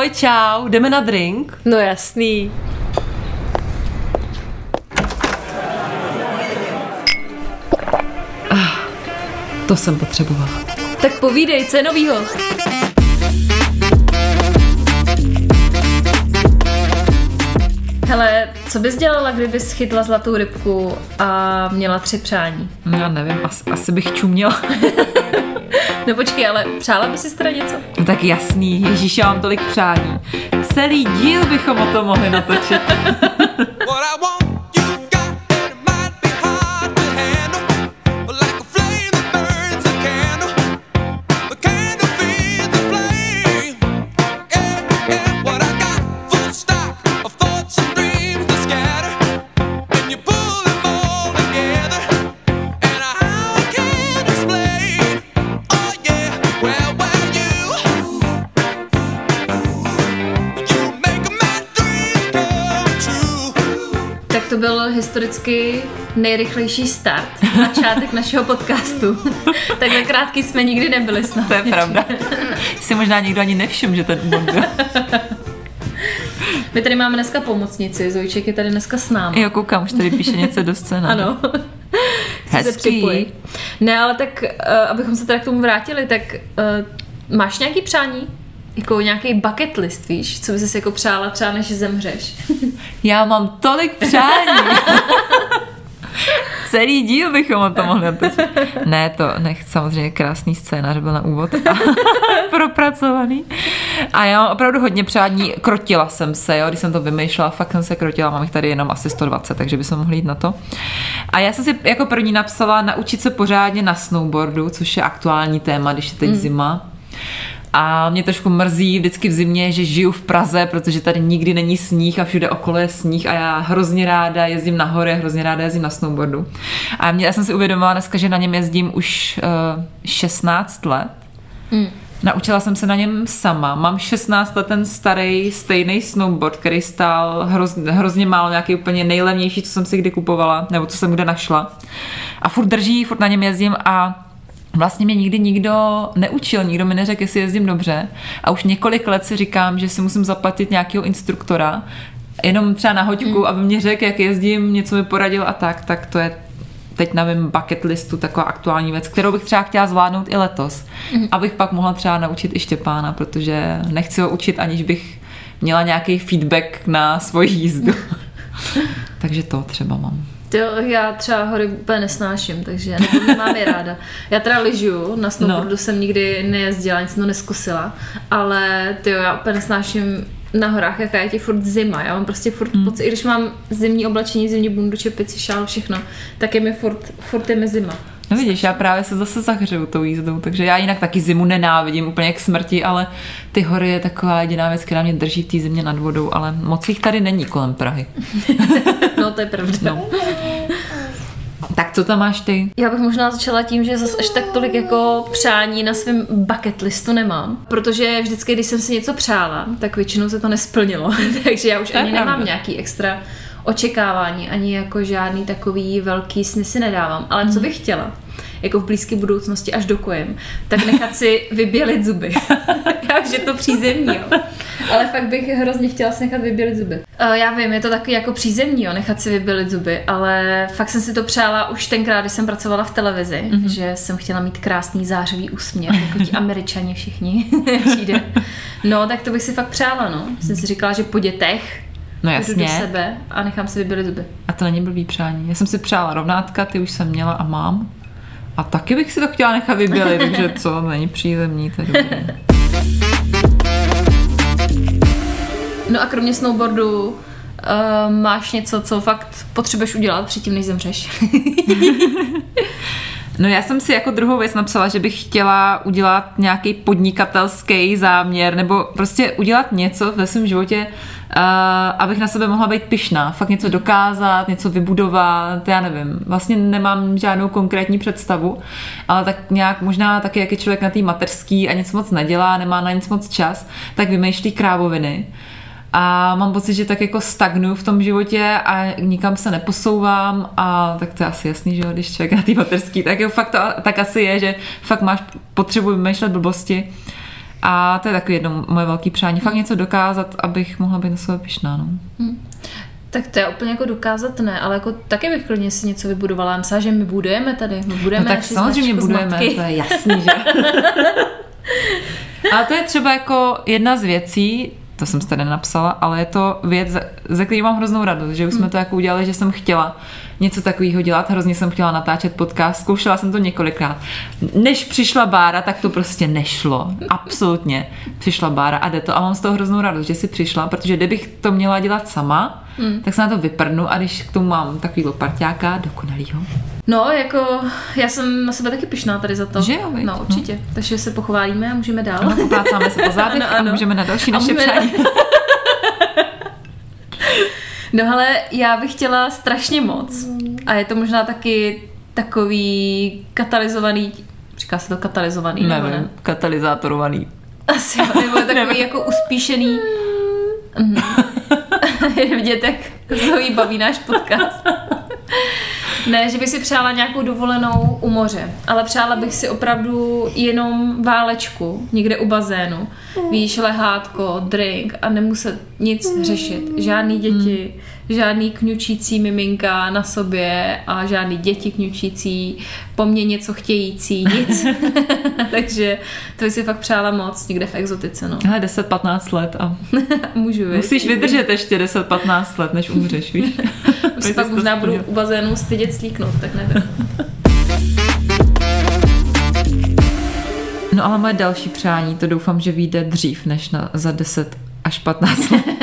Ahoj, čau, jdeme na drink? No jasný. To jsem potřebovala. Tak povídej, co je novýho? Hele, co bys dělala, kdybys chytla zlatou rybku a měla 3 přání? Já nevím, asi bych čuměla. No počkej, ale přála bys si teda něco? No tak jasný, Ježíš, já mám tolik přání. Celý díl bychom o tom mohli natočit. To byl historicky nejrychlejší start, začátek našeho podcastu. Takhle krátký jsme nikdy nebyli snad. To je pravda. Si možná někdo ani nevšiml, že ten úvod byl. My tady máme dneska pomocnici, Zojček je tady dneska s námi. Jo, koukám, už tady píše něco do scény. Ano. Hezký. Ne, ale tak, abychom se teda k tomu vrátili, tak máš nějaký přání? Jako nějaký bucket list, víš? Co bys si jako přála třeba, než zemřeš? Já mám tolik přání. Celý díl bychom o tom mohli natočit. Ne, to nech, samozřejmě krásný scénář byl na úvod. Propracovaný. A já mám opravdu hodně přání. Krotila jsem se, jo, když jsem to vymýšlela, fakt jsem se krotila, mám jich tady jenom asi 120, takže bychom mohli jít na to. A já jsem si jako první napsala naučit se pořádně na snowboardu, což je aktuální téma, když je teď zima. A mě trošku mrzí vždycky v zimě, že žiju v Praze, protože tady nikdy není sníh a všude okolo je sníh a já hrozně ráda jezdím na hory, hrozně ráda jezdím na snowboardu. A já jsem si uvědomila dneska, že na něm jezdím už 16 let. Naučila jsem se na něm sama. Mám 16 let ten starý, stejný snowboard, který stál hrozně málo, nějaký úplně nejlevnější, co jsem si kdy kupovala, nebo co jsem kde našla. A furt drží, furt na něm jezdím a vlastně mě nikdy nikdo neučil, nikdo mi neřekl, jestli jezdím dobře a už několik let si říkám, že si musím zaplatit nějakého instruktora, jenom třeba na hoďku, aby mě řekl, jak jezdím, něco mi poradil a tak to je teď na mém bucket listu taková aktuální věc, kterou bych třeba chtěla zvládnout i letos, abych pak mohla třeba naučit i Štěpána, protože nechci ho učit, aniž bych měla nějaký feedback na svoji jízdu. Takže to třeba mám. Já třeba hory úplně nesnáším, takže nemám je ráda. Já teda lyžuju, na snowboardu jsem nikdy nejezdila, nic to neskusila, ale já úplně nesnáším na horách, jaká je ti furt zima. Já mám prostě furt pocit, i když mám zimní oblečení, zimní bundu, čepici, šál, všechno, tak je mi furt je mi zima. No vidíš, já právě se zase zahřeju tou jízdou, takže já jinak taky zimu nenávidím úplně k smrti, ale ty hory je taková jediná věc, která mě drží v té zimě nad vodou, ale moc jich tady není kolem Prahy. No to je pravda. No. Tak co tam máš ty? Já bych možná začala tím, že zase až tak tolik jako přání na svém bucket listu nemám, protože vždycky, když jsem si něco přála, tak většinou se to nesplnilo, takže já už ani nemám nějaký extra očekávání, ani jako žádný takový velký sny si nedávám, ale co bych chtěla, jako v blízké budoucnosti až dokojem, tak nechat si vybělit zuby. Takže to přízemní, jo. Ale fakt bych hrozně chtěla si nechat vybělit zuby. Já vím, je to taky jako přízemní, jo, nechat si vybělit zuby, ale fakt jsem si to přála už tenkrát, když jsem pracovala v televizi, že jsem chtěla mít krásný zářivý úsměv, jako ti Američani všichni přijde. No, tak to bych si fakt přála, no. Jsem si říkala, že po dětech jdu do sebe a nechám si vybělit zuby. A to není blbý přání. Já jsem si přála rovnátka, ty už jsem měla a mám. A taky bych si to chtěla nechat vybělit, takže co, není přízemní, to je dobré. No a kromě snowboardu máš něco, co fakt potřebuješ udělat předtím, než zemřeš? No já jsem si jako druhou věc napsala, že bych chtěla udělat nějaký podnikatelský záměr nebo prostě udělat něco ve svém životě, abych na sebe mohla být pyšná. Fakt něco dokázat, něco vybudovat, já nevím. Vlastně nemám žádnou konkrétní představu, ale tak nějak možná taky, jak je člověk na té mateřský a nic moc nedělá, nemá na nic moc čas, tak vymýšlí krávoviny. A mám pocit, že tak jako stagnuju v tom životě a nikam se neposouvám a tak to je asi jasný, že když člověk na té mateřský, tak fakt to tak asi je, že fakt máš potřebu vymýšlet blbosti A to je taky jedno moje velké přání. Fakt něco dokázat, abych mohla být na sebe pyšná. No. Tak to je úplně jako dokázat ne, ale jako taky bych klidně si něco vybudovala. Myslím, že my budujeme tady. My budujeme no tak samozřejmě budujeme, to je jasný, že? Ale to je třeba jako jedna z věcí, to jsem si tady napsala, ale je to věc, ze které mám hroznou radost, že už jsme to jako udělali, že jsem chtěla něco takového dělat, hrozně jsem chtěla natáčet podcast, zkoušela jsem to několikrát. Než přišla Bára, tak to prostě nešlo. Absolutně. Přišla Bára a jde to a mám z toho hroznou radost, že si přišla, protože kdybych to měla dělat sama, tak se na to vyprdnu a když k tomu mám takovýho parťáka, dokonalýho. No, jako já jsem na sebe taky pyšná tady za to. Že jo, no, určitě. Takže se pochválíme a můžeme dál. Ano, poplácáme se po zádech a můžeme na další naše přání. No ale já bych chtěla strašně moc. A je to možná taky takový katalyzovaný, říká se to katalyzovaný, nebo ne? Katalyzátorovaný. Asi jo, nebo takový jako uspíšený. Vidět, jak Zoe baví náš podcast. Ne, že bych si přála nějakou dovolenou u moře, ale přála bych si opravdu jenom válečku někde u bazénu. Víš, lehátko, drink a nemuset nic řešit. Žádný děti, žádný kňučící miminka na sobě a žádný děti kňučící, po mně něco chtějící, nic. Takže to bych si fakt přála moc někde v exotice. No. Hele, 10-15 let a můžu, musíš vydržet ještě 10-15 let, než umřeš, víš? Už si pak možná budu u bazénu stydět slíknout, tak nevím. No ale moje další přání, to doufám, že vyjde dřív, než za 10 až 15 let.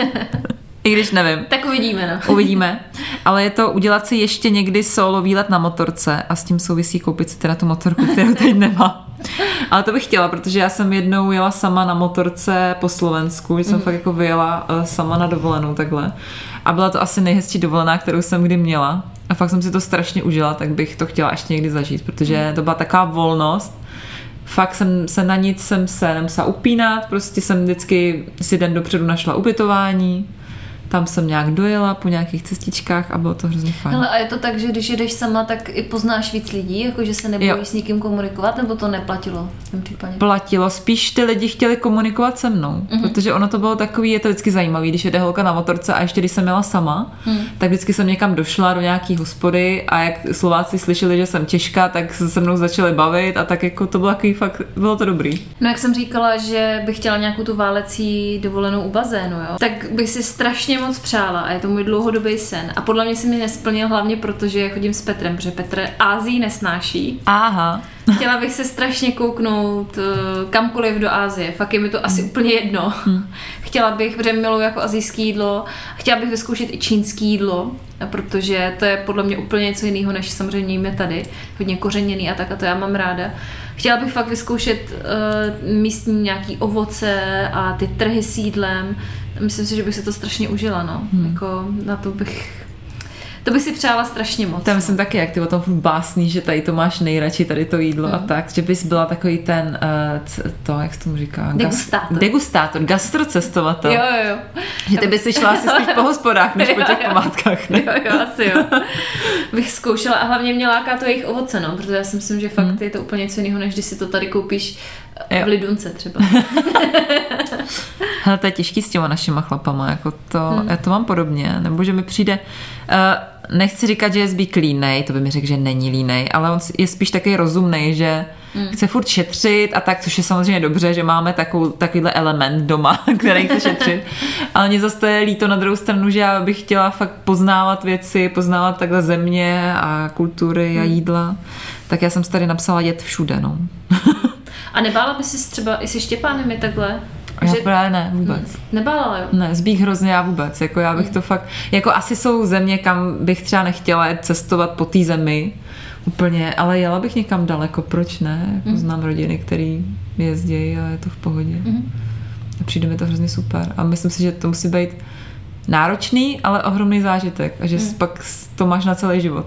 I když nevím. Tak uvidíme, no. Uvidíme. Ale je to udělat si ještě někdy solo výlet na motorce a s tím souvisí koupit si teda tu motorku, kterou teď nemám. Ale to bych chtěla, protože já jsem jednou jela sama na motorce po Slovensku, že jsem fakt jako vyjela sama na dovolenou takhle. A byla to asi nejhezčí dovolená, kterou jsem kdy měla. A fakt jsem si to strašně užila, tak bych to chtěla ještě někdy zažít, protože to byla taková volnost. Fakt jsem se na nic jsem se nemusela upínat, prostě jsem vždycky si den dopředu našla ubytování. Tam jsem nějak dojela po nějakých cestičkách a bylo to hrozně fajn. Hele, a je to tak, že když jedeš sama, tak i poznáš víc lidí, jakože se nebojíš s nikým komunikovat, nebo to neplatilo v tom případě? Platilo, spíš ty lidi chtěli komunikovat se mnou, protože ono to bylo takový, je to vždycky zajímavý, když jede holka na motorce a ještě když jsem jela sama, tak vždycky jsem někam došla do nějaký hospody a jak Slováci slyšeli, že jsem těžká, tak se mnou začali bavit a tak jako to bylo takový fakt, bylo to dobrý. No jak jsem říkala, že bych chtěla nějakou tu válecí dovolenou u bazénu, jo, tak bych si strašně moc přála a je to můj dlouhodobý sen. A podle mě se mi nesplnil hlavně proto, že chodím s Petrem, protože Petr Ázii nesnáší. Aha. Chtěla bych se strašně kouknout kamkoliv do Asie. Fakt je mi to asi úplně jedno. Chtěla bych, protože miluji jako asijské jídlo, chtěla bych vyzkoušet i čínské jídlo, protože to je podle mě úplně něco jiného, než samozřejmě jíme tady. Hodně kořeněný a tak a to já mám ráda. Chtěla bych fakt vyzkoušet místní nějaký ovoce a ty trhy s jídlem. Myslím si, že bych se to strašně užila, no. Jako na to bych si přála strašně moc. To myslím taky, jak ty o tom básní, že tady to máš nejradši, tady to jídlo a tak, že bys byla takový ten, jak se tomu říká? Degustátor, gastrocestovatel. Jo. Že ty bys si šla asi spíš po hospodách, než po těch památkách. Ne? Jo, asi jo. Bych zkoušela a hlavně mě láká to jejich ovoce, no, protože já si myslím, že fakt je to úplně něco jiného, než když si to tady koupíš v Lidunce třeba. Hele, to je těžký s těma našima chlapama, jako to, já to mám podobně, nebo že mi přijde, nechci říkat, že je zbýk línej, to by mi řekl, že není línej, ale on je spíš taky rozumnej, že chce furt šetřit a tak, což je samozřejmě dobře, že máme takovýhle element doma, který chce šetřit, ale mě zase to je líto na druhou stranu, že já bych chtěla fakt poznávat věci, poznávat takhle země a kultury a jídla, tak já jsem si tady napsala jet všude, no. A nebála by si třeba i se Štěpánem je takhle? Já právě ne, vůbec. Nebála, jo? Ne, zbýk hrozně já vůbec, jako já bych to fakt, jako asi jsou země, kam bych třeba nechtěla cestovat po té zemi úplně, ale jela bych někam daleko, proč ne? Jako znám rodiny, který jezdí a je to v pohodě. A přijde mi to hrozně super a myslím si, že to musí být náročný, ale ohromný zážitek a že pak to máš na celý život.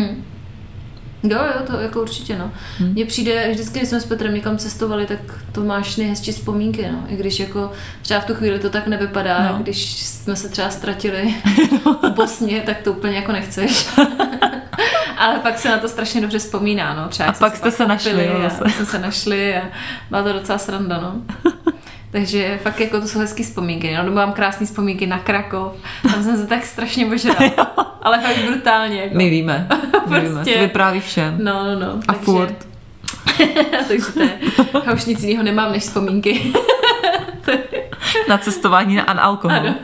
Jo, to jako určitě, no. Mně přijde, vždycky, když jsme s Petrem někam cestovali, tak to máš nejhezčí vzpomínky, no. I když jako třeba v tu chvíli to tak nevypadá, když jsme se třeba ztratili v Bosně, tak to úplně jako nechceš. Ale pak se na to strašně dobře vzpomíná, no. Třeba, a pak jste se našli, jsme se našli a byla to docela sranda, no. Takže fakt jako to jsou hezký vzpomínky. No, mám krásné vzpomínky na Krakov. Tam jsem se tak strašně ožrala. Ale fakt brutálně. Jako. My víme. To vypráví všem. No. A takže... furt. Takže to je. Já už nic jiného nemám než vzpomínky. Na cestování na alkohol. Ano.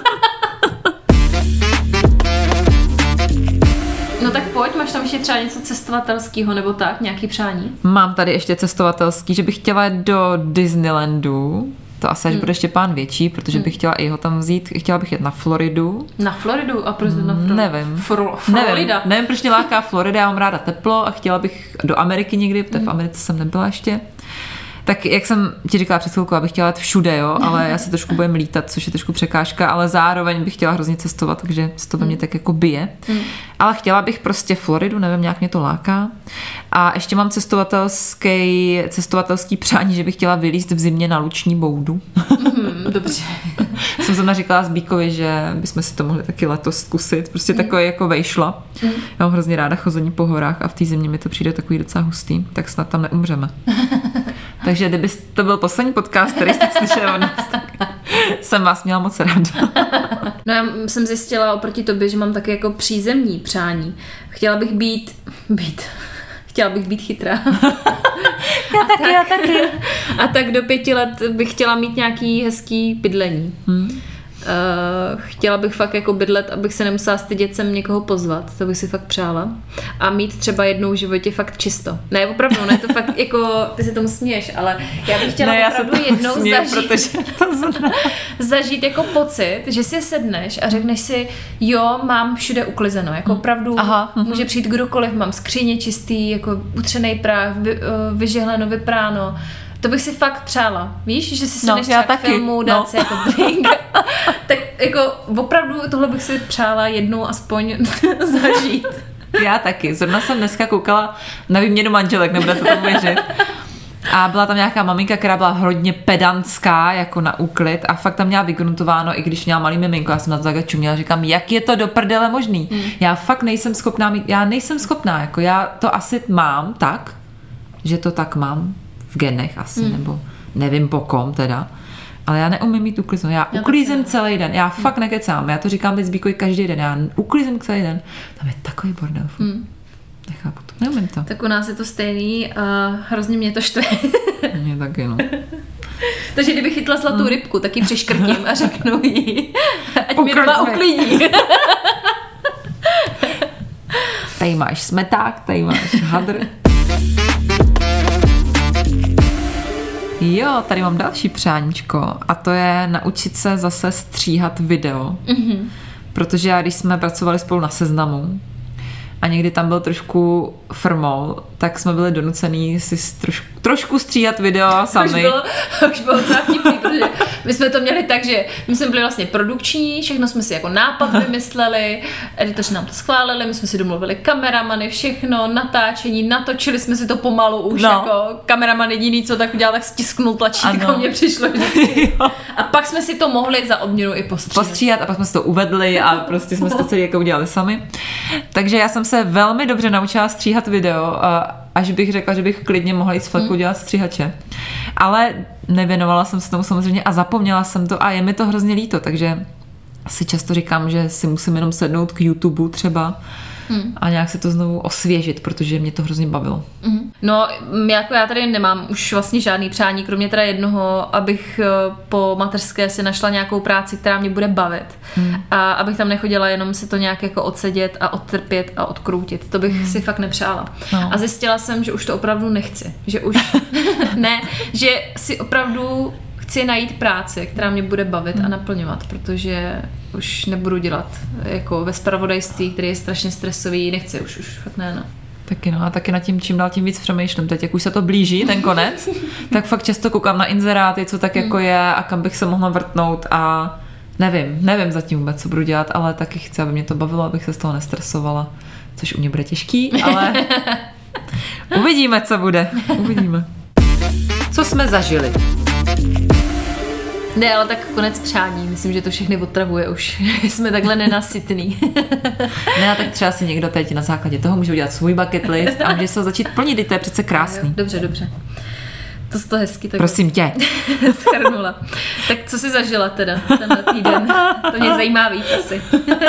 No tak pojď, máš tam ještě třeba něco cestovatelského nebo tak, nějaký přání? Mám tady ještě cestovatelský, že bych chtěla jít do Disneylandu. To asi až bude ještě pán větší, protože bych chtěla i ho tam vzít. Chtěla bych jet na Floridu. Na Floridu? A proč na Floridu? Nevím. Florida? Nevím, proč mě láká Florida, já mám ráda teplo a chtěla bych do Ameriky někdy, protože v Americe jsem nebyla ještě. Tak jak jsem ti říkala před chvilkou, abych chtěla jít všude, jo, ale já si trošku budem lítat, což je trošku překážka, ale zároveň bych chtěla hrozně cestovat, takže se to ve mně tak jako bije. Ale chtěla bych prostě Floridu, nevím, nějak mě to láká. A ještě mám cestovatelský přání, že bych chtěla vylízt v zimě na luční boudu. Dobře. Jsem zrovna říkala Zbíkovi, že bychom si to mohli taky letos zkusit. Prostě takový jako vejšla. Já mám hrozně ráda chození po horách a v té zimě mi to přijde takový docela hustý, tak snad tam neumřeme. Takže kdyby to byl poslední podcast, který jste slyšeli od nás, tak jsem vás měla moc ráda. No já jsem zjistila oproti tobě, že mám taky jako přízemní přání. Chtěla bych být chytrá. Já taky. A tak do 5 let bych chtěla mít nějaký hezký bydlení. Chtěla bych fakt jako bydlet, abych se nemusela stydět sem někoho pozvat, to bych si fakt přála. A mít třeba jednou v životě fakt čisto. Ne, opravdu, ne, to fakt jako, ty se tomu směješ, ale já bych chtěla opravdu jednou zažít jako pocit, že si sedneš a řekneš si, jo, mám všude uklizeno, jako opravdu může přijít kdokoliv, mám skříně čistý, jako utřenej prach, vyžehleno, vypráno. To bych si fakt přála. Víš, že si sedneš třeba k filmu, dát si jako drink. Tak jako opravdu tohle bych si přála jednou aspoň zažít. Já taky. Zrovna jsem dneska koukala na výměnu manželek, nebudete tomu věřit. A byla tam nějaká maminka, která byla hodně pedantská, jako na úklid a fakt tam měla vygrunotováno, i když měla malý miminko, já jsem na to takhle čuměla, říkám, jak je to do prdele možný. Já fakt nejsem schopná, jako já to asi mám tak, že to tak mám v genech asi, nebo nevím po kom teda, ale já neumím mít uklizeno. Já uklízím celý den, já fakt nekecám, já to říkám teď Zbíkovi každý den, já uklízím celý den. Tam je takový bordel. Nechápu to, neumím to. Tak u nás je to stejný a hrozně mě to štve. Mě taky, no. Takže kdybych chytla zlatou rybku, tak ji přeškrtím a řeknu jí, ať mě doma uklidí. Tady máš smeták, tady máš hadr. Jo, tady mám další přáníčko a to je naučit se zase stříhat video. Protože já, když jsme pracovali spolu na Seznamu a někdy tam byl trošku frmol, tak jsme byli donucený si trošku stříhat video sami. Už bylo docela vtipný, protože my jsme to měli tak, že my jsme byli vlastně produkční, všechno jsme si jako nápad vymysleli, editoři nám to schválili, my jsme si domluvili kameramany, všechno, natáčení, natočili jsme si to pomalu už, jako kameraman jediný, co tak udělal, tak stisknul tlačítko, mně přišlo vždycky. A pak jsme si to mohli za odměnu i postříhat. A pak jsme si to uvedli a prostě jsme si to celý jako udělali sami. Takže já jsem se velmi dobře naučila stříhat video, až bych řekla, že bych klidně mohla jít s fotkou dělat stříhače. Ale nevěnovala jsem se tomu samozřejmě a zapomněla jsem to a je mi to hrozně líto, takže si často říkám, že si musím jenom sednout k YouTube třeba a nějak se to znovu osvěžit, protože mě to hrozně bavilo. No, jako já tady nemám už vlastně žádný přání, kromě teda jednoho, abych po mateřské si našla nějakou práci, která mě bude bavit. A abych tam nechodila jenom si to nějak jako odsedět a odtrpět a odkroutit. To bych si fakt nepřála. No. A zjistila jsem, že už to opravdu nechci. Že už ne, že si opravdu chci najít práci, která mě bude bavit a naplňovat, protože už nebudu dělat jako ve zpravodajství, který je strašně stresový, nechci už fakt ne, no. Taky no, a taky nad tím čím dál tím víc přemýšlím. Teď, jak už se to blíží, ten konec, tak fakt často koukám na inzeráty, co tak jako je a kam bych se mohla vrtnout a nevím zatím vůbec, co budu dělat, ale taky chci, aby mě to bavilo, abych se z toho nestresovala, což u mě bude těžký, ale uvidíme, co bude. Uvidíme. Co jsme zažili? Ne, ale tak konec přání. Myslím, že to všechny otravuje už. Jsme takhle nenasytný. Ne, tak třeba si někdo teď na základě toho může udělat svůj bucket list a může se ho začít plnit, to je přece krásný. Dobře. To jsi to hezky tak Prosím tě. schrnula. Tak co jsi zažila teda tenhle týden? To mě zajímá víc asi.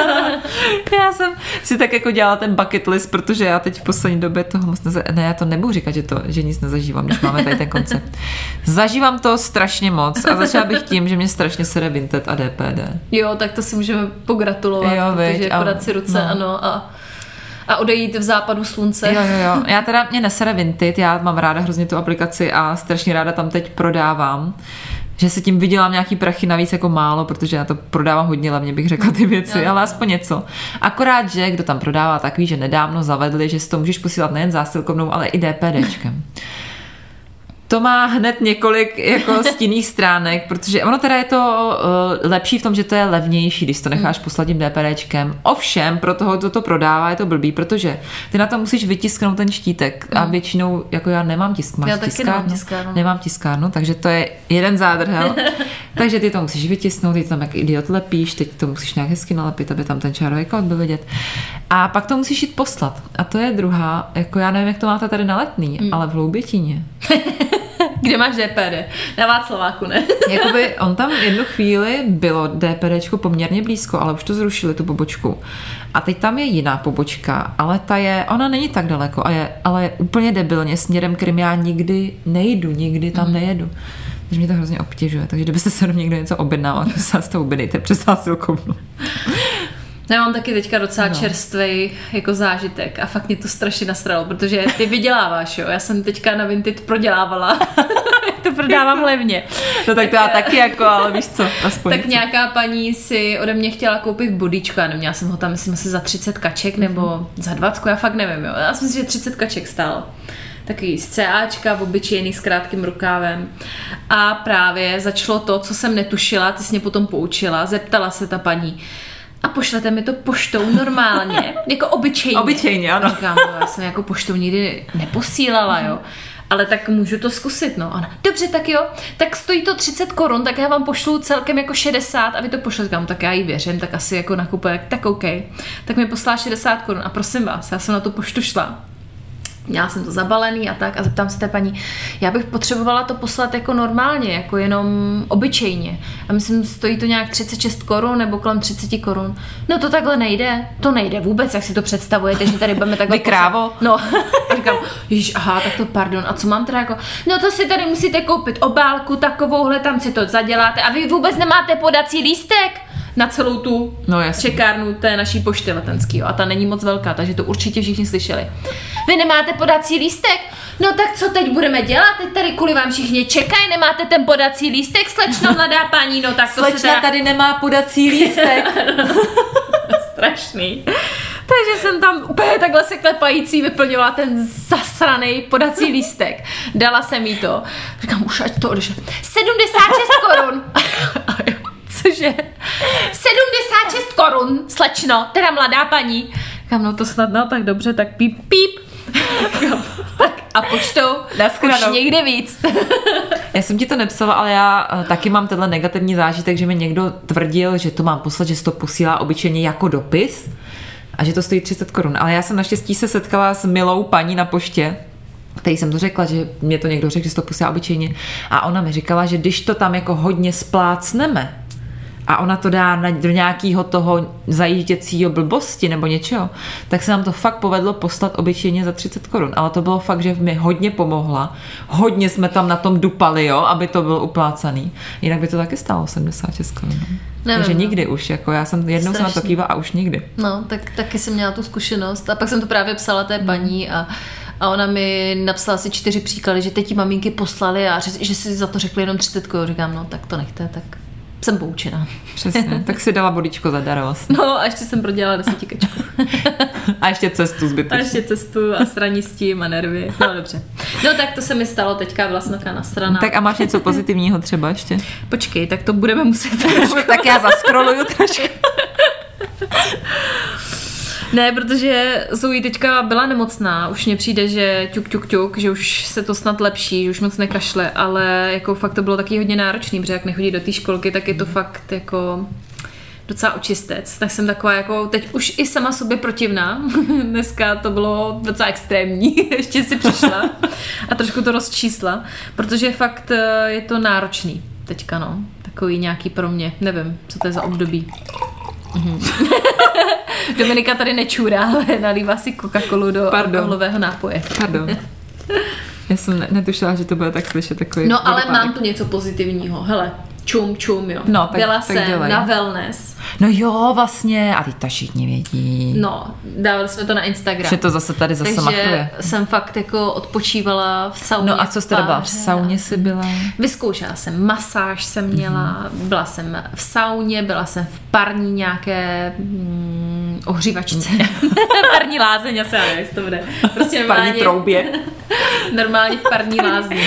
Já jsem si tak jako dělala ten bucket list, protože já teď v poslední době toho moc ne, já to nebudu říkat, že nic nezažívám, když máme tady ten koncept. Zažívám to strašně moc a začala bych tím, že mě strašně sere Vinted a DPD. Jo, tak to si můžeme pogratulovat, jo, protože podat si ruce, ano, a odejít v západu slunce. Jo. Já teda mě nesere Vinted, já mám ráda hrozně tu aplikaci a strašně ráda tam teď prodávám, že si tím vydělám nějaký prachy navíc jako málo, protože já to prodávám hodně levně, bych řekla ty věci, ale aspoň něco. Akorát, že kdo tam prodává, tak ví, že nedávno zavedli, že si to můžeš posílat nejen zásilkovnou, ale i DPDčkem. To má hned několik jako stinných stránek, protože ono teda je to lepší v tom, že to je levnější, když to necháš poslat tím DPDčkem. Ovšem, pro toho, kdo to prodává, je to blbý, protože ty na to musíš vytisknout ten štítek a většinou, jako já nemám nemám tiskárnu, takže to je jeden zádrhel. Takže ty to musíš vytisknout, ty to tam jak idiot lepíš, teď to musíš nějak hezky nalepit, aby tam ten čárový kód byl vidět. A pak to musíš jít poslat. A to je druhá, jako já nevím, jak to máte tady na Letný, ale v Hloubětíně. Kde máš DPD? Na Václaváku, ne? Jakoby on tam jednu chvíli bylo DPDčko poměrně blízko, ale už to zrušili, tu pobočku. A teď tam je jiná pobočka, ale ona není tak daleko, ale je úplně debilně směrem, kterým já nikdy nejdu, nikdy tam nejedu. Takže mě to hrozně obtěžuje. Takže kdybyste se do někdo něco objednával, tak se to objednejte přes zásilkovnu. Já mám taky teďka docela čerstvej jako zážitek a fakt mě to strašně nasralo, protože ty vyděláváš, jo. Já jsem teďka na Vinted prodělávala. To prodávám levně. No tak to já taky jako, ale víš co, aspoň. Tak nějaká paní si ode mě chtěla koupit bodíčko, já neměla jsem ho tam, myslím asi za 30 kaček nebo za 20, já fakt nevím, jo. Já si myslím, že 30 kaček stál. Takový z CAčka, obyčejný s krátkým rukávem. A právě začalo to, co jsem netušila, ty jsi mě potom poučila, zeptala se ta paní, a pošlete mi to poštou normálně, jako obyčejně. Obyčejně, ano. Říkám, já jsem jako poštou nikdy neposílala, jo. Ale tak můžu to zkusit, no. Ona, dobře, tak jo, tak stojí to 30 korun, tak já vám pošlu celkem jako 60 a vy to pošlete. Říkám, tak já jí věřím, tak asi jako nakupuje, tak OK. Tak mi poslala 60 korun a prosím vás, já jsem na tu poštu šla. Měla jsem to zabalený a tak a zeptám se té paní, já bych potřebovala to poslat jako normálně, jako jenom obyčejně. A myslím, stojí to nějak 36 korun nebo kolem 30 korun. No to takhle nejde, to nejde vůbec, jak si to představujete, že tady budeme takhle krávo. No, a říkám, ježiš, aha, tak to pardon, a co mám teda jako, no to si tady musíte koupit obálku takovouhle, tam si to zaděláte a vy vůbec nemáte podací lístek na celou tu čekárnu té naší pošty letenský, a ta není moc velká, takže to určitě všichni slyšeli. Vy nemáte podací lístek? No tak co teď budeme dělat? Teď tady kvůli vám všichni čekají, nemáte ten podací lístek, slečno mladá paní, no tak to slečna se teda... tady nemá podací lístek. Strašný. Takže jsem tam úplně takhle se klepající vyplňovala ten zasranej podací lístek. Dala jsem jí to. Říkám, už ať to odešle. 76 korun. Cože? 76 korun, slečno, teda mladá paní. Říkám, no to snadno, tak dobře, tak píp, píp. Tak a poštou už někde víc. Já jsem ti to nepsala, ale já taky mám tenhle negativní zážitek, že mi někdo tvrdil, že to mám poslat, že se to posílá obyčejně jako dopis a že to stojí 30 korun. Ale já jsem naštěstí se setkala s milou paní na poště, který jsem to řekla, že mě to někdo řekl, že se to posílá obyčejně. A ona mi říkala, že když to tam jako hodně splácneme, a ona to dá do nějakého toho zajížděcího blbosti nebo něčeho, tak se nám to fakt povedlo poslat obyčejně za 30 korun. Ale to bylo fakt, že mi hodně pomohla. Hodně jsme tam na tom dupali, jo, aby to bylo uplácaný. Jinak by to taky stálo 76 korun. Takže nikdy už, jako já jsem jednou se na to kývala a už nikdy. No, tak taky jsem měla tu zkušenost a pak jsem to právě psala té paní a ona mi napsala asi 4 příklady, že teď ti maminky poslali a že si za to řekli jenom 30 korun. Říkám, no tak to nechte, tak jsem poučená. Přesně, tak si dala bodičko zadara vlastně. No a ještě jsem prodělala 10 kačku. A ještě cestu zbytečně. A ještě cestu a sraní s tím a nervy. No dobře. No tak to se mi stalo teďka Vlastnoka nasraná. Tak a máš něco pozitivního třeba ještě? Počkej, tak to budeme muset. Tak já zaskroluju trošku. Ne, protože Zoe teďka byla nemocná, už mně přijde, že ťuk, že už se to snad lepší, že už moc nekašle, ale jako fakt to bylo taky hodně náročný, protože jak nechodí do té školky, tak je to fakt jako docela očistec, tak jsem taková jako teď už i sama sobě protivná. Dneska to bylo docela extrémní, ještě si přišla a trošku to rozčísla, protože fakt je to náročný teďka, no. Takový nějaký pro mě, nevím, co to je za období. Dominika tady nečůrá, ale nalívá si Coca-Colu do alkoholového nápoje. Pardon. Já jsem netušila, že to bude tak slyšet takový. No ale mám tu něco pozitivního, hele. Čum, jo. No, tak, byla tak jsem dělej. na wellness. No jo, vlastně, a teď to všichni vědí. No, dávali jsme to na Instagram. Že to zase tady takže machtuje. jsem fakt jako odpočívala v sauně. No a co jste byla? V sauně si byla? Vyzkoušela jsem, masáž jsem měla, byla jsem v sauně, byla jsem v parní nějaké ohřívačce. Parní lázeň, asi já nevím, jestli to bude. Prostě normálně. Parní troubě. Normálně v parní lázni.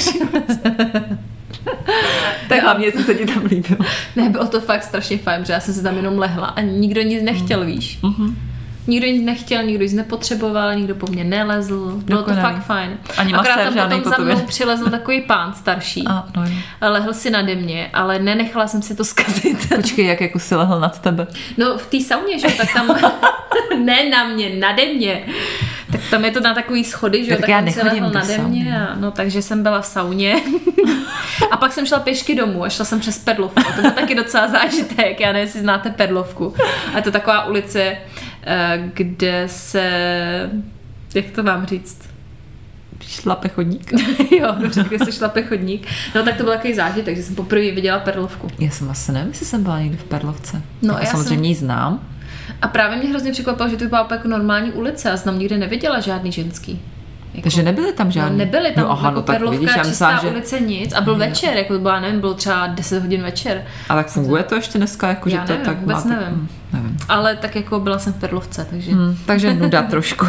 Tak hlavně, jestli se ti tam líbilo. Ne, bylo to fakt strašně fajn, že já jsem se tam jenom lehla a nikdo nic nechtěl, víš. Nikdo nic nechtěl, nikdo nic nepotřeboval, nikdo po mně nelezl. Bylo to fakt fajn. Ani akorát tam potom za mnou přilezl takový pán starší. Lehl si nade mě, ale nenechala jsem si to zkazit. Počkej, jak jako si lehl nad tebe? No v té sauně, že tak tam ne na mě, nade mě. Tak tam je to na takový schody, že jo, tak on se lehl nade mě a no, takže jsem byla v sauně. A pak jsem šla pěšky domů a šla jsem přes Perlovku. A to byl taky docela zážitek, já nevím, jestli znáte Perlovku. A je to taková ulice, kde se, jak to mám říct? Šlape chodník. Jo, dobře, kde se šlape chodník. No tak to byl takový zážitek, že jsem poprvé viděla Perlovku. Já jsem asi nevím, jestli jsem byla někdy v Perlovce. No, jako samozřejmě ji znám. A právě mě hrozně překvapilo, že to byla jako normální ulice a jsem tam nikdy neviděla žádný ženský. Jako, takže nebyly tam žádný? No, nebyly tam, no, aha, jako Perlovka, vidíš, čistá ulice, nic. A byl večer, jako byla, nevím, bylo třeba 10 hodin večer. A tak funguje to ještě dneska? Jako, já že nevím, to tak vůbec má, nevím. Nevím. Ale tak jako byla jsem v Perlovce, takže... takže nuda trošku.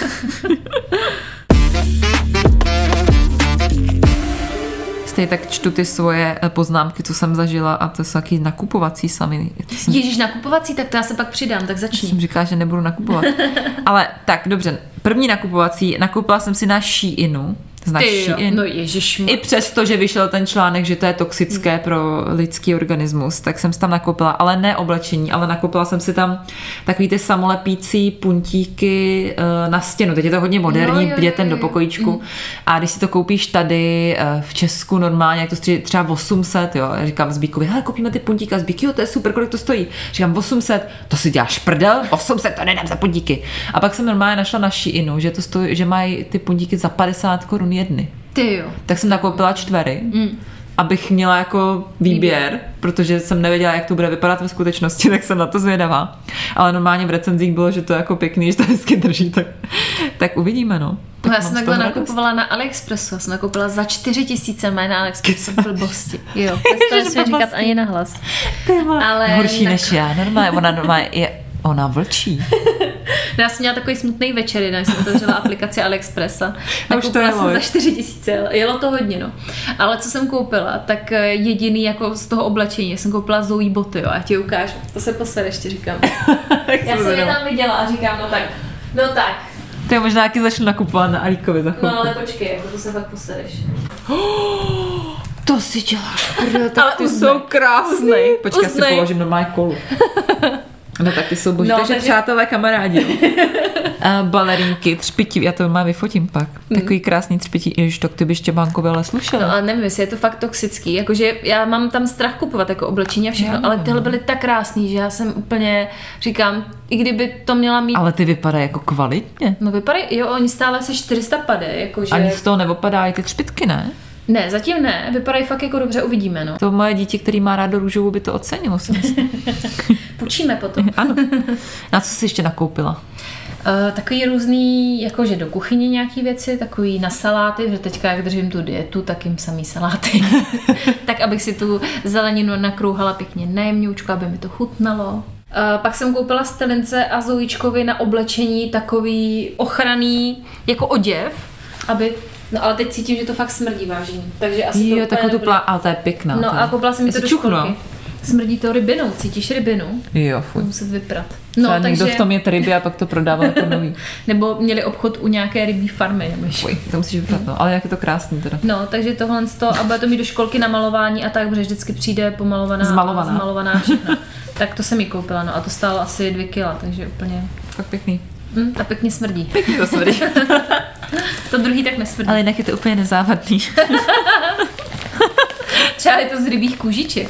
Stejně tak čtu ty svoje poznámky, co jsem zažila a to jsou taky nakupovací sami. Ježíš, nakupovací, tak to já se pak přidám, tak začni. Jsem říkala, že nebudu nakupovat. Ale tak, dobře, první nakupovací, nakoupila jsem si na Sheinu. Znáš Shein? No ježišmu. I přesto, že vyšel ten článek, že to je toxické pro lidský organismus, tak jsem si tam nakoupila, ale ne oblečení, ale nakoupila jsem si tam takový ty samolepící puntíky na stěnu. Teď je to hodně moderní, dětem do pokojíčku. A když si to koupíš tady v Česku normálně, jak to stojí třeba 800, jo, já říkám Zbíkovi, hele, koupíme ty puntíky, a Zbík, jo, to je super, kolik to stojí? Říkám 800, to si děláš prdel, 800, to nedám za puntíky. A pak jsem normálně našla na Sheinu, že to stojí, že mají ty puntíky za 50 korun jedny. Ty jo. Tak jsem nakoupila 4, abych měla jako výběr, protože jsem nevěděla, jak to bude vypadat ve skutečnosti, tak jsem na to zvědavá. Ale normálně v recenzích bylo, že to je jako pěkný, že to hezky drží, tak uvidíme, no. Tak já jsem takhle nakupovala na AliExpressu, já jsem nakoupila za 4 000 mé na AliExpressu blbosti. Jo, přestala si říkat ani nahlas. Ale horší než já, normálně ona vlčí. No, já jsem měla takový smutný večer, když jsem otevřela aplikaci AliExpressa. Nakoupila jsem za 4 000, jelo to hodně, no. Ale co jsem koupila, tak jediný jako z toho oblečení, jsem koupila Zoe boty, jo, a ti ukážu, to se posereš, ti říkám. Já jsem je tam viděla a říkám, no tak. To je možná taky začnu nakupovat na Alíkovi za chvilku. No ale počkej, jako to se fakt posereš. To si děláš, ale ty jsou krásný. Počkej, já si položím normálně kolu. No tak ty jsou boží, takže přátelé, kamarádi. Balerínky, třpití, já to mám vyfotím pak. Takový krásný třpití, jež to ty byš Čebánkovi ale slušela. No ale nevím, jestli je to fakt toxický, jakože já mám tam strach kupovat jako oblečení a všechno, ale tyhle byly tak krásný, že já jsem úplně říkám, i kdyby to měla mít... Ale ty vypadají jako kvalitně. No vypadají, jo, oni stále se 400 pade, jakože... Ani z toho neopadají ty třpitky, ne? Ne, zatím ne, vypadají fakt jako dobře, uvidíme, no. To moje dítě, který má rádo růžovou, by to ocenilo, si myslím. Půjčíme potom. Ano. Na co jsi ještě nakoupila? Takový různý, jakože do kuchyně nějaký věci, takový na saláty, že teďka jak držím tu dietu, tak jim samý saláty. Tak abych si tu zeleninu nakrouhala pěkně najemňoučku, aby mi to chutnalo. Pak jsem koupila Stelince a Zoičkovi na oblečení takový ochranný jako oděv, aby... No ale teď cítím, že to fakt smrdí, vážení. Takže asi jo, takovou tu ale to je pěkná. No a koupila jsem mi to do školky. Smrdí to rybinou, cítíš rybinu? Jo, fuj. Muset vyprat. No, takže... někdo v tom je ryby a pak to prodával jako nový. Nebo měli obchod u nějaké rybí farmy. Fuj, to musíš vyprat, no. Ale jak je to krásný teda. No, takže tohle a bude to mít do školky na malování a tak, protože vždycky přijde pomalovaná, zmalovaná všechno. Tak to jsem jí koupila, no a to stálo asi 2 kila, takže úplně... Fakt pěkný. A pěkně smrdí. Pěkně to smrdí. To druhý tak nesmrdí. Ale jinak je to úplně nezávadný. Třeba je to z rybích kůžiček.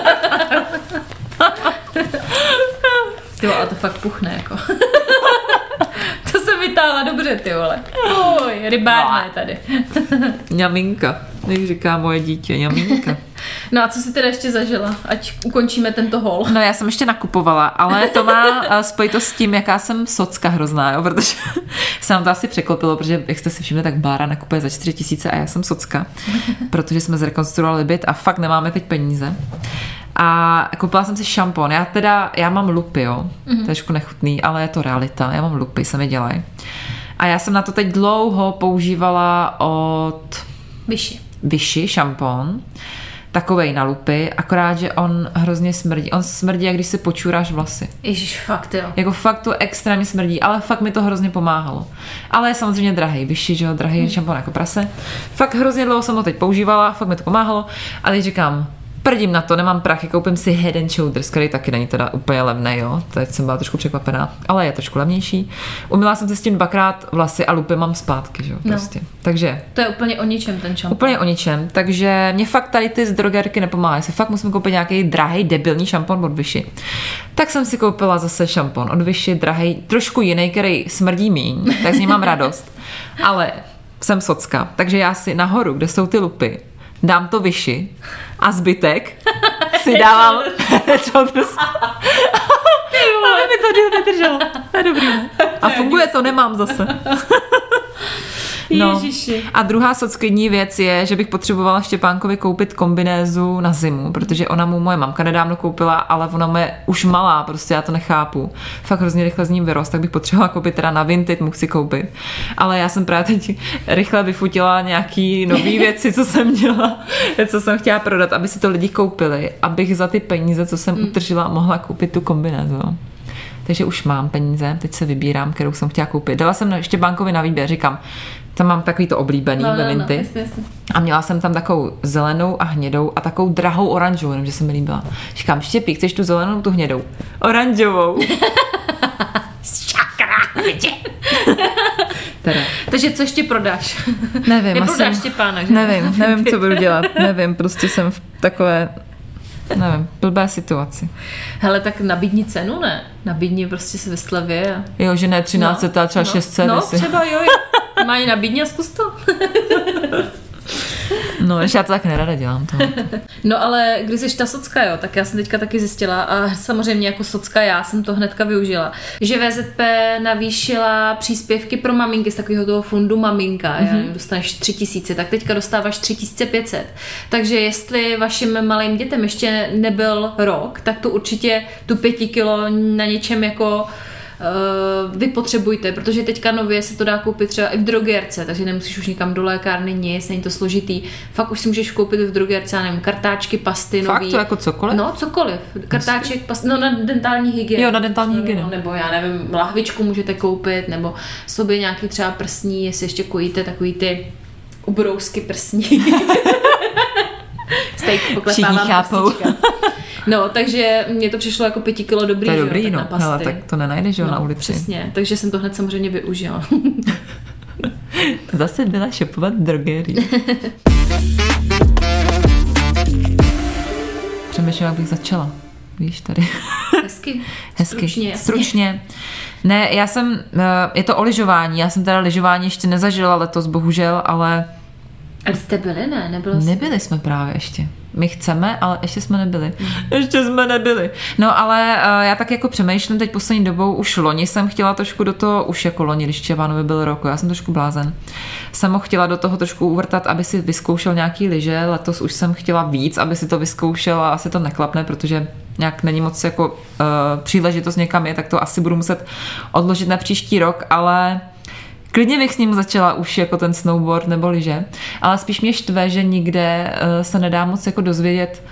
A to fakt puchne, jako. To jsem vytáhla dobře, ty vole. Oj, rybárna je tady. Ňaminka, jak říká moje dítě, ňaminka. No a co jsi teda ještě zažila, ať ukončíme tento haul? No já jsem ještě nakupovala, ale to má spojitost s tím, jaká jsem socka hrozná, jo, protože se nám to asi překlopilo, protože jak jste si všimli, tak Bára nakupuje za 4 000 a já jsem socka, protože jsme zrekonstruovali byt a fakt nemáme teď peníze. A koupila jsem si šampon. Já mám lupy, jo. To je trošku nechutný, ale je to realita. Já mám lupy, se mi dělají. A já jsem na to teď dlouho používala od Vichy šampon. Takovej na lupy, akorát, že on hrozně smrdí. On smrdí, jak když si počůráš vlasy. Ježiš, fakt jo. Jako fakt to extrémně smrdí, ale fakt mi to hrozně pomáhalo. Ale je samozřejmě drahý, Vichy, že jo, drahý šampon jako prase. Fakt hrozně dlouho jsem to teď používala, fakt mi to pomáhalo, ale teď říkám, prdím na to, nemám prachy, koupím si Head and Shoulders, který taky není teda úplně levný, jo. Teď jsem byla trošku překvapená, ale je trošku levnější. Umyla jsem se s tím 2krát vlasy a lupy mám zpátky, že jo, prostě. No. Takže to je úplně o ničem ten šampon. Úplně o ničem, takže mě fakt tady ty z drogerky nepomáhají. Si fakt musím koupit nějaký drahý, debilní šampon od Vichy. Tak jsem si koupila zase šampon od Vichy, drahý, trošku jiný, který smrdí míň, tak z něj mám radost. Ale jsem socka, takže já si nahoru, kde jsou ty lupy, dám to Vichy a zbytek si dávám ale mi to díl vydrželo. To je dobrý. A funguje to, nemám zase. No. A druhá sockydní věc je, že bych potřebovala Štěpánkovi koupit kombinézu na zimu, protože ona mu moje mamka nedávno koupila, ale ona je už malá, prostě já to nechápu. Fakt hrozně rychle z ní vyrost, tak bych potřebovala koupit teda na Vinted, mohl si koupit. Ale já jsem právě teď rychle vyfutila nějaký nový věci, co jsem měla, co jsem chtěla prodat, aby si to lidi koupili, abych za ty peníze, co jsem utržila, mohla koupit tu kombinézu. Takže už mám peníze, teď se vybírám, kterou jsem chtěla koupit. Dala jsem Štěpánkovi na výběr, říkám, tam mám takový to oblíbený ve Vinty. Jasně. A měla jsem tam takovou zelenou a hnědou a takovou drahou oranžovou, jenomže se mi líbila. Říkám, Štěpí, chceš tu zelenou, tu hnědou? Oranžovou. Šakra, Takže co ještě prodáš? Nevím. Neprodáš Štěpána, že? Nevím, co budu dělat. Nevím, prostě jsem v takové... Nevím, blbé situaci. Hele, tak nabídni cenu, ne? Nabídni prostě se ve slevě. A... Jo, že ne 1300, ale třeba 600. No, třeba jo. Mají nabídni a zkus to. No, ještě já to tak nerada dělám. To. No, ale když jsi ta socka, jo, tak já jsem teďka taky zjistila a samozřejmě jako socka já jsem to hnedka využila, že VZP navýšila příspěvky pro maminky z takového toho fundu maminka, dostaneš 3000, tak teďka dostáváš 3500. Takže jestli vašim malým dětem ještě nebyl rok, tak to určitě tu 5 kilo na něčem jako vy potřebujte, protože teďka nově se to dá koupit třeba i v drogerce, takže nemusíš už nikam do lékárny, nic, není to složitý. Fakt už si můžeš koupit v drogerce, já nevím, kartáčky, pasty nový. Fakt to jako cokoliv? No, cokoliv. Kartáček, pasty, no na dentální hygienu. Jo, na dentální hygienu. Nebo já nevím, lahvičku můžete koupit, nebo sobě nějaký třeba prsní, jestli ještě kojíte takový ty ubrousky prsní. Steak poklepávám prstička. No, takže mně to přišlo jako 5 kilo dobrý, to je dobrý, jo, no. na pasty. Hele, tak to nenajdeš, jo, na ulici. Přesně, takže jsem to hned samozřejmě využila. Zase byla šopovat drogerii. Přemýšlím, jak bych začala. Víš, tady. Hezky. Stručně. Ne, je to o lyžování, já jsem teda lyžování ještě nezažila letos, bohužel, ale... A jste byli, ne? Nebyli jsme právě ještě. My chceme, ale ještě jsme nebyli. Ještě jsme nebyli. No ale já tak jako přemýšlím teď poslední dobou, už loni jsem chtěla trošku do toho, už jako loni, když Štěpánovi byl rok, já jsem trošku blázen. Jsem ho chtěla do toho trošku uvrtat, aby si vyzkoušel nějaký lyže, letos už jsem chtěla víc, aby si to vyzkoušel a asi to neklapne, protože nějak není moc jako příležitost někam je, tak to asi budu muset odložit na příští rok, ale... Klidně bych s ním začala už jako ten snowboard nebo lyže, ale spíš mě štve, že nikde se nedá moc jako dozvědět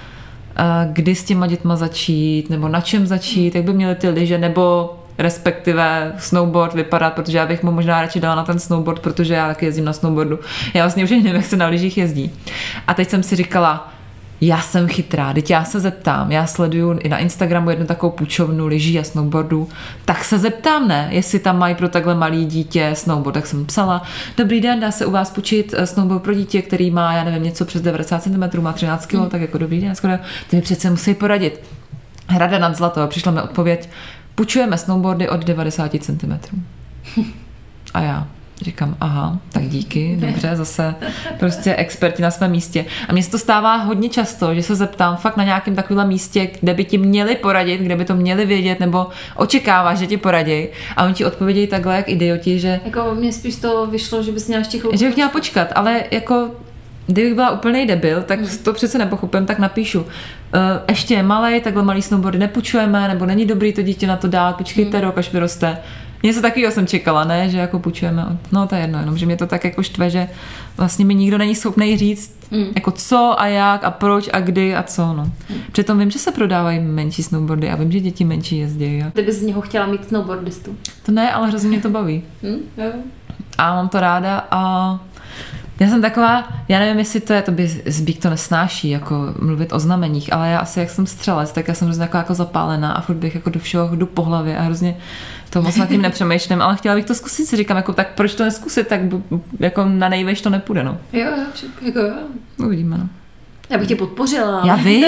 kdy s těma dětma začít, nebo na čem začít, jak by měly ty lyže, nebo respektive snowboard vypadat, protože já bych mu možná radši dala na ten snowboard, protože já taky jezdím na snowboardu. Já vlastně už nevím, jak se na lyžích jezdí. A teď jsem si říkala, já jsem chytrá, teď já se zeptám, já sleduju i na Instagramu jednu takovou půjčovnu lyží a snowboardu, tak se zeptám, ne, jestli tam mají pro takhle malý dítě snowboard, tak jsem psala, dobrý den, dá se u vás půjčit snowboard pro dítě, který má, já nevím, něco přes 90 cm, má 13 kg, tak jako dobrý den, ty mi přece musí poradit. Hrada nad Zlato, přišla mi odpověď, půjčujeme snowboardy od 90 cm. A já říkám, aha, tak díky, dobře, zase prostě experti na svém místě. A mně se to stává hodně často, že se zeptám fakt na nějakém takovém místě, kde by ti měli poradit, kde by to měli vědět, nebo očekáváš, že ti poradí. A oni ti odpovědějí takhle, jak idioti, že... Jako mně spíš to vyšlo, že bys měla ještě chvilku. Že bych měla počkat, ale jako... Kdybych byla úplnej debil, tak to přece nepochopím, tak napíšu. Ještě je malej, takhle malý snowboardy nepůjčujeme, nebo není dobrý to dítě na to dát, počkejte rok, až vyroste. Něco takového jsem čekala, ne, že jako půjčujeme. No to je jedno, jenom že mě to tak jako štve, že vlastně mi nikdo není schopný říct, jako co a jak a proč a kdy a co, no. Přitom vím, že se prodávají menší snowboardy a vím, že děti menší jezdí. Ty bys z něho chtěla mít snowboardistu? To ne, ale hrozně mě to baví. A mám to ráda a já jsem taková, já nevím, jestli to je, to by Zbík to nesnáší, jako mluvit o znameních, ale já asi, jak jsem střelec, tak já jsem hrozně jako zapálená a furt bych jako do všeho jdu po hlavě a hrozně to moc nad tím nepřemýšlím, ale chtěla bych to zkusit, si říkám, jako tak proč to neskusit, tak jako na nejvejš to nepůjde, no. Jo, jako jo. Uvidíme, no. Já bych tě podpořila. Já vím.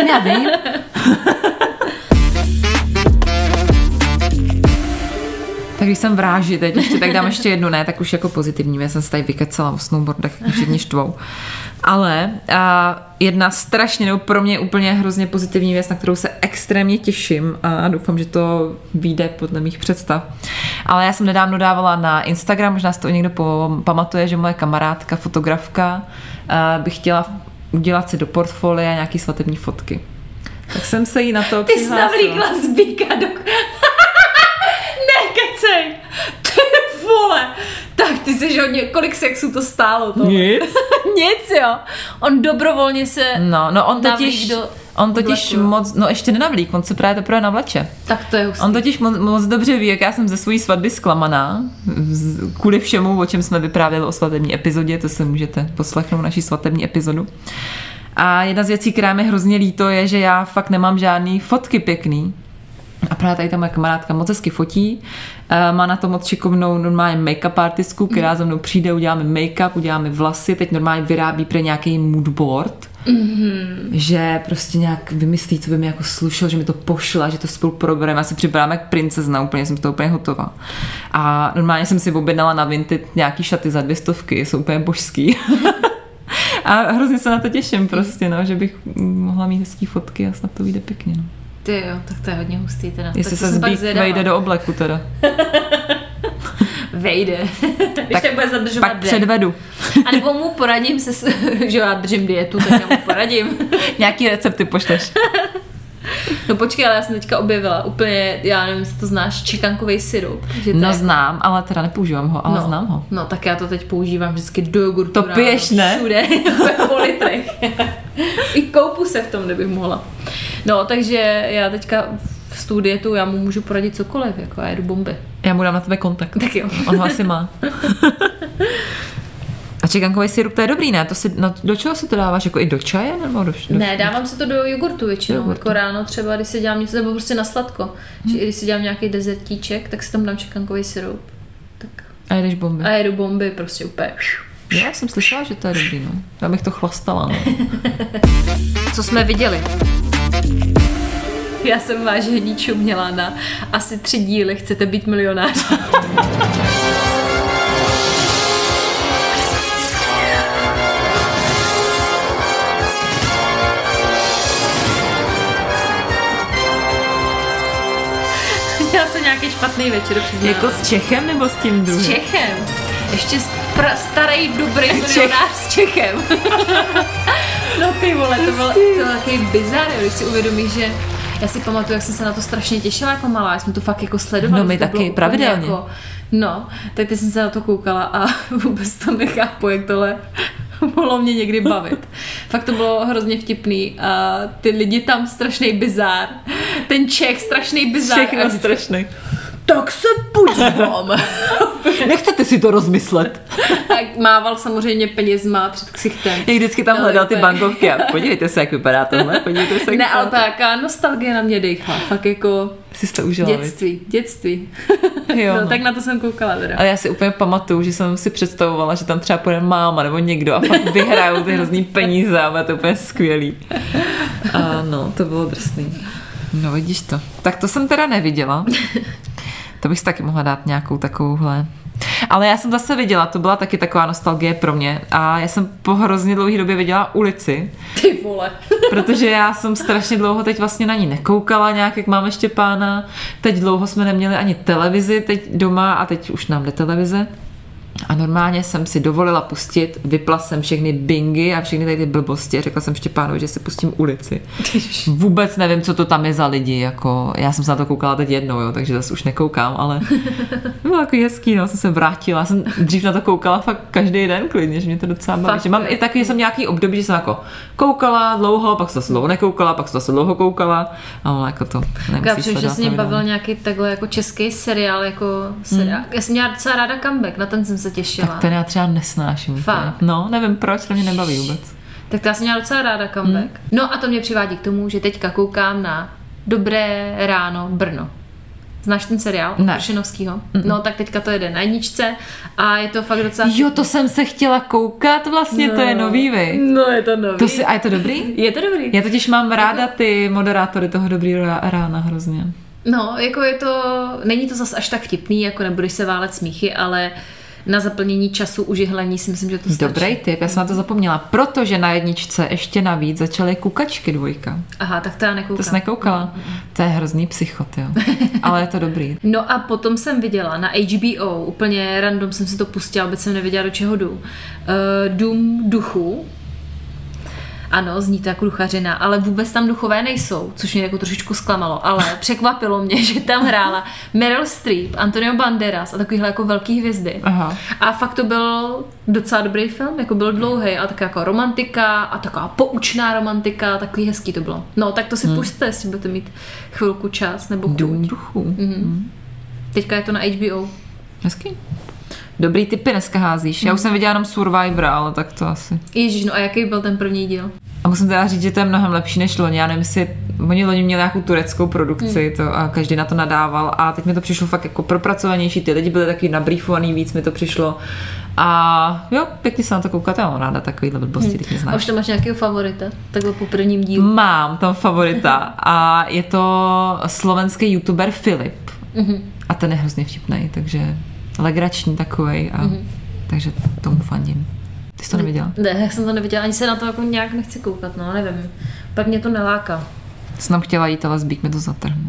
Tak když jsem v ráži teď, ještě, tak dám ještě jednu, ne, tak už jako pozitivní, já jsem se tady vykecala o snowboardech, všichni štvou. Ale jedna strašně, nebo pro mě úplně hrozně pozitivní věc, na kterou se extrémně těším a doufám, že to vyjde podle mých představ. Ale já jsem nedávno dávala na Instagram, možná si to někdo pamatuje, že moje kamarádka, fotografka, by chtěla udělat si do portfolia nějaký svatební fotky. Tak jsem se jí na to přihlásila. Ty jsi navlíkla Zbíka do... Nekecej! Ty vole! Tak ty jsi hodně, kolik sexu to stálo? To? Nic. Nic, jo. On dobrovolně se On totiž moc, no ještě nenavlík, on se právě teprve navleče. Tak to je hustý. On totiž moc dobře ví, jak já jsem ze svojí svatby zklamaná, kvůli všemu, o čem jsme vyprávěli o svatební epizodě, to se můžete poslechnout naší svatební epizodu. A jedna z věcí, která mi hrozně líto, je, že já fakt nemám žádný fotky pěkný. A právě tady ta moje kamarádka moc hezky fotí, má na to moc šikovnou normálně make-up artistku, která za mnou přijde, uděláme make-up, uděláme vlasy, teď normálně vyrábí pro nějaký moodboard, že prostě nějak vymyslí, co by mi jako slušelo, že mi to pošla, že to spolu probereme, já si připadám jak princezna, úplně jsem to úplně hotová. A normálně jsem si objednala na Vinted nějaký šaty za 200, jsou úplně božský. A hrozně se na to těším prostě, no, že bych mohla mít hezký fotky a snad to vyjde pěkně, no. Ty jo, tak to je hodně hustý teda. Jestli se Zbík vejde do obleku teda. Vejde. Tak bude zadržovat pak předvedu. A nebo mu poradím, že já držím dietu, tak já mu poradím. Nějaký recepty pošleš. No počkej, ale já jsem teďka objevila úplně, já nevím, jestli to znáš, čekankový syrup. No znám, ale teda nepoužívám ho, ale znám ho. No tak já to teď používám vždycky do jogurtu. To piješ, ne? Všude, po litrech. I koupu se v tom, kdybych mohla. No, takže já teďka v tu dietu, já mu můžu poradit cokoliv, jako já jedu bomby. Já mu dám na tebe kontakt. Tak jo. On ho asi má. A čekankový syrup, to je dobrý, ne? To si, no, do čeho si to dáváš? Jako i do čaje? Nebo do ne, dávám si to do jogurtu většinou. Jako ráno třeba, když si dělám něco, nebo prostě na sladko. Že i když si dělám nějaký dezertíček, tak si tam dám čekankový syrup. Tak. A jedeš bomby. A jedu bomby, prostě úplně. Já jsem slyšela, že to je dobrý, no. Já bych to chlastala, no. Co jsme viděli? Já jsem vážení čuměla na asi 3 díly Chcete být milionář. Já jsem nějaký špatný večer přiznám. Jako s Čechem nebo s tím druhým? S Čechem. Ještě starý, dobrý milionář s Čechem. No ty vole, to byl takový bizar, když si uvědomíš, že já si pamatuju, jak jsem se na to strašně těšila jako malá, já jsem to fakt jako sledovala. No my taky, pravidelně. Jako, no, tak ty jsem se na to koukala a vůbec to nechápu, jak tohle mohlo mě někdy bavit. Fakt to bylo hrozně vtipný a ty lidi tam strašný bizár. Ten Čech strašný bizár. Všechno strašný. Tak se podívám. Nechcete si to rozmyslet? Tak mával samozřejmě penězma před ksichtem. Jak vždycky tam hledal ty bankovky a podívejte se, jak vypadá tohle, podívejte se, jak ne, ale taká nostalgie na mě dejchla. Fakt jako jsi to užila, dětství. Jo, no, tak na to jsem koukala teda. Ale já si úplně pamatuju, že jsem si představovala, že tam třeba půjde máma nebo někdo a fakt vyhrajou ty hrozný peníze a bude to úplně skvělý. A no, to bylo drsný. No vidíš to. Tak to jsem teda neviděla. To bych si taky mohla dát nějakou takovouhle. Ale já jsem zase viděla, to byla taky taková nostalgie pro mě a já jsem po hrozně dlouhé době viděla Ulici. Ty vole. Protože já jsem strašně dlouho teď vlastně na ní nekoukala nějak, jak máme Štěpána. Teď dlouho jsme neměli ani televizi teď doma a teď už nám jde televize. A normálně jsem si dovolila pustit, vypla jsem všechny bingy a všechny tady ty blbosti a řekla jsem Štěpánovi, že si pustím Ulici. Vůbec nevím, co to tam je za lidi, jako já jsem se na to koukala teď jednou, jo, takže zase už nekoukám, ale bylo takový hezký, no, jsem se vrátila, jsem dřív na to koukala fakt každý den klidně, že mě to docela baví. Že mám i taky, že jsem nějaký období, že jsem jako koukala dlouho, pak se zase dlouho nekoukala, pak se zase dlouho koukala, ale jako to nemusíš sledovat. Že se mě bavil nějaký takhle jako český seriál, jako seriál. Já jsem měla docela ráda Comeback, na ten jsem se těšila. Tak ten já třeba nesnáším. Fakt. No, nevím proč, to mě nebaví vůbec. Tak to já jsem měla docela ráda Comeback. No a to mě přivádí k tomu, že teďka koukám na Dobré ráno Brno. Znáš ten seriál? Ne. Pršinovskýho? No tak teďka to jede na jedničce a je to fakt docela... Jo, to jsem se chtěla koukat vlastně, no. To je nový, vy. No je to nový. A je to dobrý? Je to dobrý. Já totiž mám ráda ty moderátory toho Dobrý rána hrozně. No, jako je to, není to zas až tak vtipný, jako nebudeš se válet smíchy, ale na zaplnění času užihlení si myslím, že to stačí. Dobrý tip, já jsem na to zapomněla, protože na jedničce ještě navíc začaly Kukačky 2. Aha, tak to já nekoukám. To jsi nekoukala? To je hrozný psychot, jo. Ale je to dobrý. No a potom jsem viděla na HBO, úplně random jsem si to pustila, vůbec jsem nevěděla, do čeho jdu. Dům duchů. Ano, zní to jako duchařina, ale vůbec tam duchové nejsou, což mě jako trošičku zklamalo, ale překvapilo mě, že tam hrála Meryl Streep, Antonio Banderas a takovýhle jako velký hvězdy. Aha. A fakt to byl docela dobrý film, jako byl dlouhý, a taková jako romantika a taková poučná romantika, takový hezký to bylo. No, tak to si pusťte, jestli budete mít chvilku čas nebo chuť. Dům duchů. Teďka je to na HBO. Hezký. Dobrý tipy dneska házíš. Já už jsem viděla jenom Survivora, ale tak to asi. Ježiš, no a jaký byl ten první díl? A musím teda říct, že to je mnohem lepší než loni. Já nevím, jestli oni loni měli nějakou tureckou produkci to, a každý na to nadával a teď mi to přišlo fakt jako propracovanější. Ty lidi byli taky nabriefovaný, víc mi to přišlo. A jo, pěkně se na to koukat, já mám ráda takovýhle blbosti, teď mě znáš. A už tam máš nějakého favorita? Takhle po prvním dílu. Mám tam favorita a je to slovenský youtuber Filip. A ten je hrozně vtipnej, takže legrační takovej a takže tomu fandím. Ty jsi to neviděla? Ne, já jsem to neviděla, ani se na to jako nějak nechci koukat, no nevím. Pak mě to neláká. Jsem chtěla jít, ale Zbík mi to zatrhnul.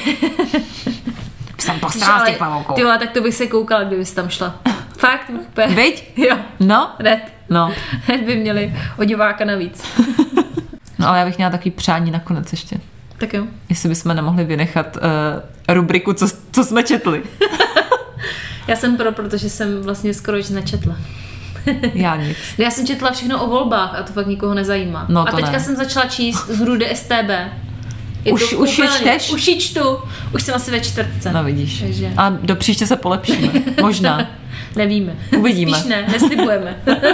Jsem posrala s těch pavoukou. Ty vole, tak to bych se koukala, kdybys tam šla. Fakt? Viď? Jo. No? Red. No. Red by měli o diváka navíc. No ale já bych měla takový přání nakonec ještě. Tak jo. Jestli bychom nemohli vynechat rubriku, co jsme četli. Já jsem protože jsem vlastně skoro nic nečetla. Já nic. Já jsem četla všechno o volbách a to fakt nikoho nezajímá. No, a teďka ne. jsem začala číst z Hrudy STB. Už je čteš? Už ji čtu. Už jsem asi ve 4. No vidíš. Takže... A do příště se polepšíme. Možná. Nevíme. Uvidíme. Spíš ne, neslibujeme.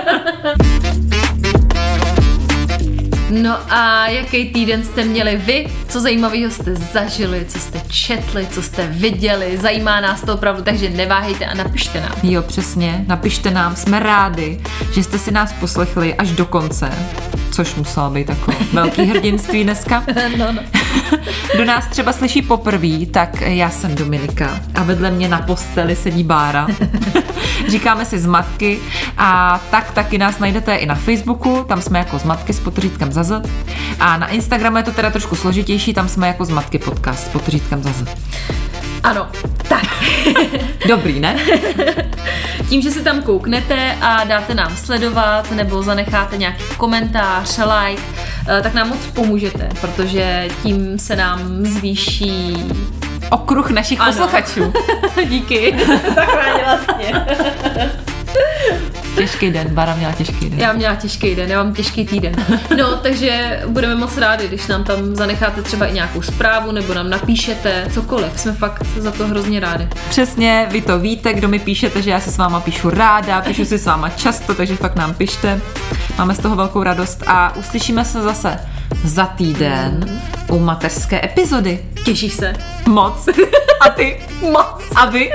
No a jaký týden jste měli vy? Co zajímavého jste zažili, co jste četli, co jste viděli? Zajímá nás to opravdu, takže neváhejte a napište nám. Jo, přesně, napište nám, jsme rádi, že jste si nás poslechli až do konce, což muselo být takové velký hrdinství dneska. No. Kdo nás třeba slyší poprvé, tak já jsem Dominika a vedle mě na posteli sedí Bára. Říkáme si Zmatky a tak taky nás najdete i na Facebooku, tam jsme jako Zmatky s podtržítkem ZAZ. A na Instagramu je to teda trošku složitější, tam jsme jako Zmatky podcast s podtržítkem ZAZ. Ano, tak. Dobrý, ne? Tím, že si tam kouknete a dáte nám sledovat nebo zanecháte nějaký komentář, like, tak nám moc pomůžete, protože tím se nám zvýší okruh našich posluchačů. Díky, zachránila jsi mě. Těžký den, Bára měla těžký den. Já měla těžký den, já mám těžký týden. No, takže budeme moc rádi, když nám tam zanecháte třeba i nějakou zprávu, nebo nám napíšete, cokoliv. Jsme fakt za to hrozně rádi. Přesně, vy to víte, kdo mi píšete, že já se s váma píšu ráda, píšu si s váma často, takže fakt nám pište. Máme z toho velkou radost a uslyšíme se zase za týden u mateřské epizody. Těšíš se? Moc. A ty? Moc. A vy?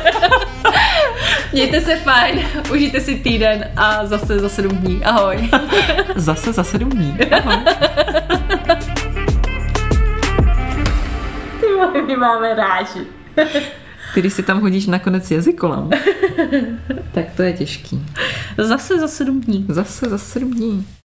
Mějte se fajn, užijte si týden a zase za 7 dní. Ahoj. Zase za 7 dní. Ahoj. Ty my máme ráži. Ty, když si tam hodíš nakonec jazykolem, tak to je těžký. Zase za 7 dní. Zase za 7 dní.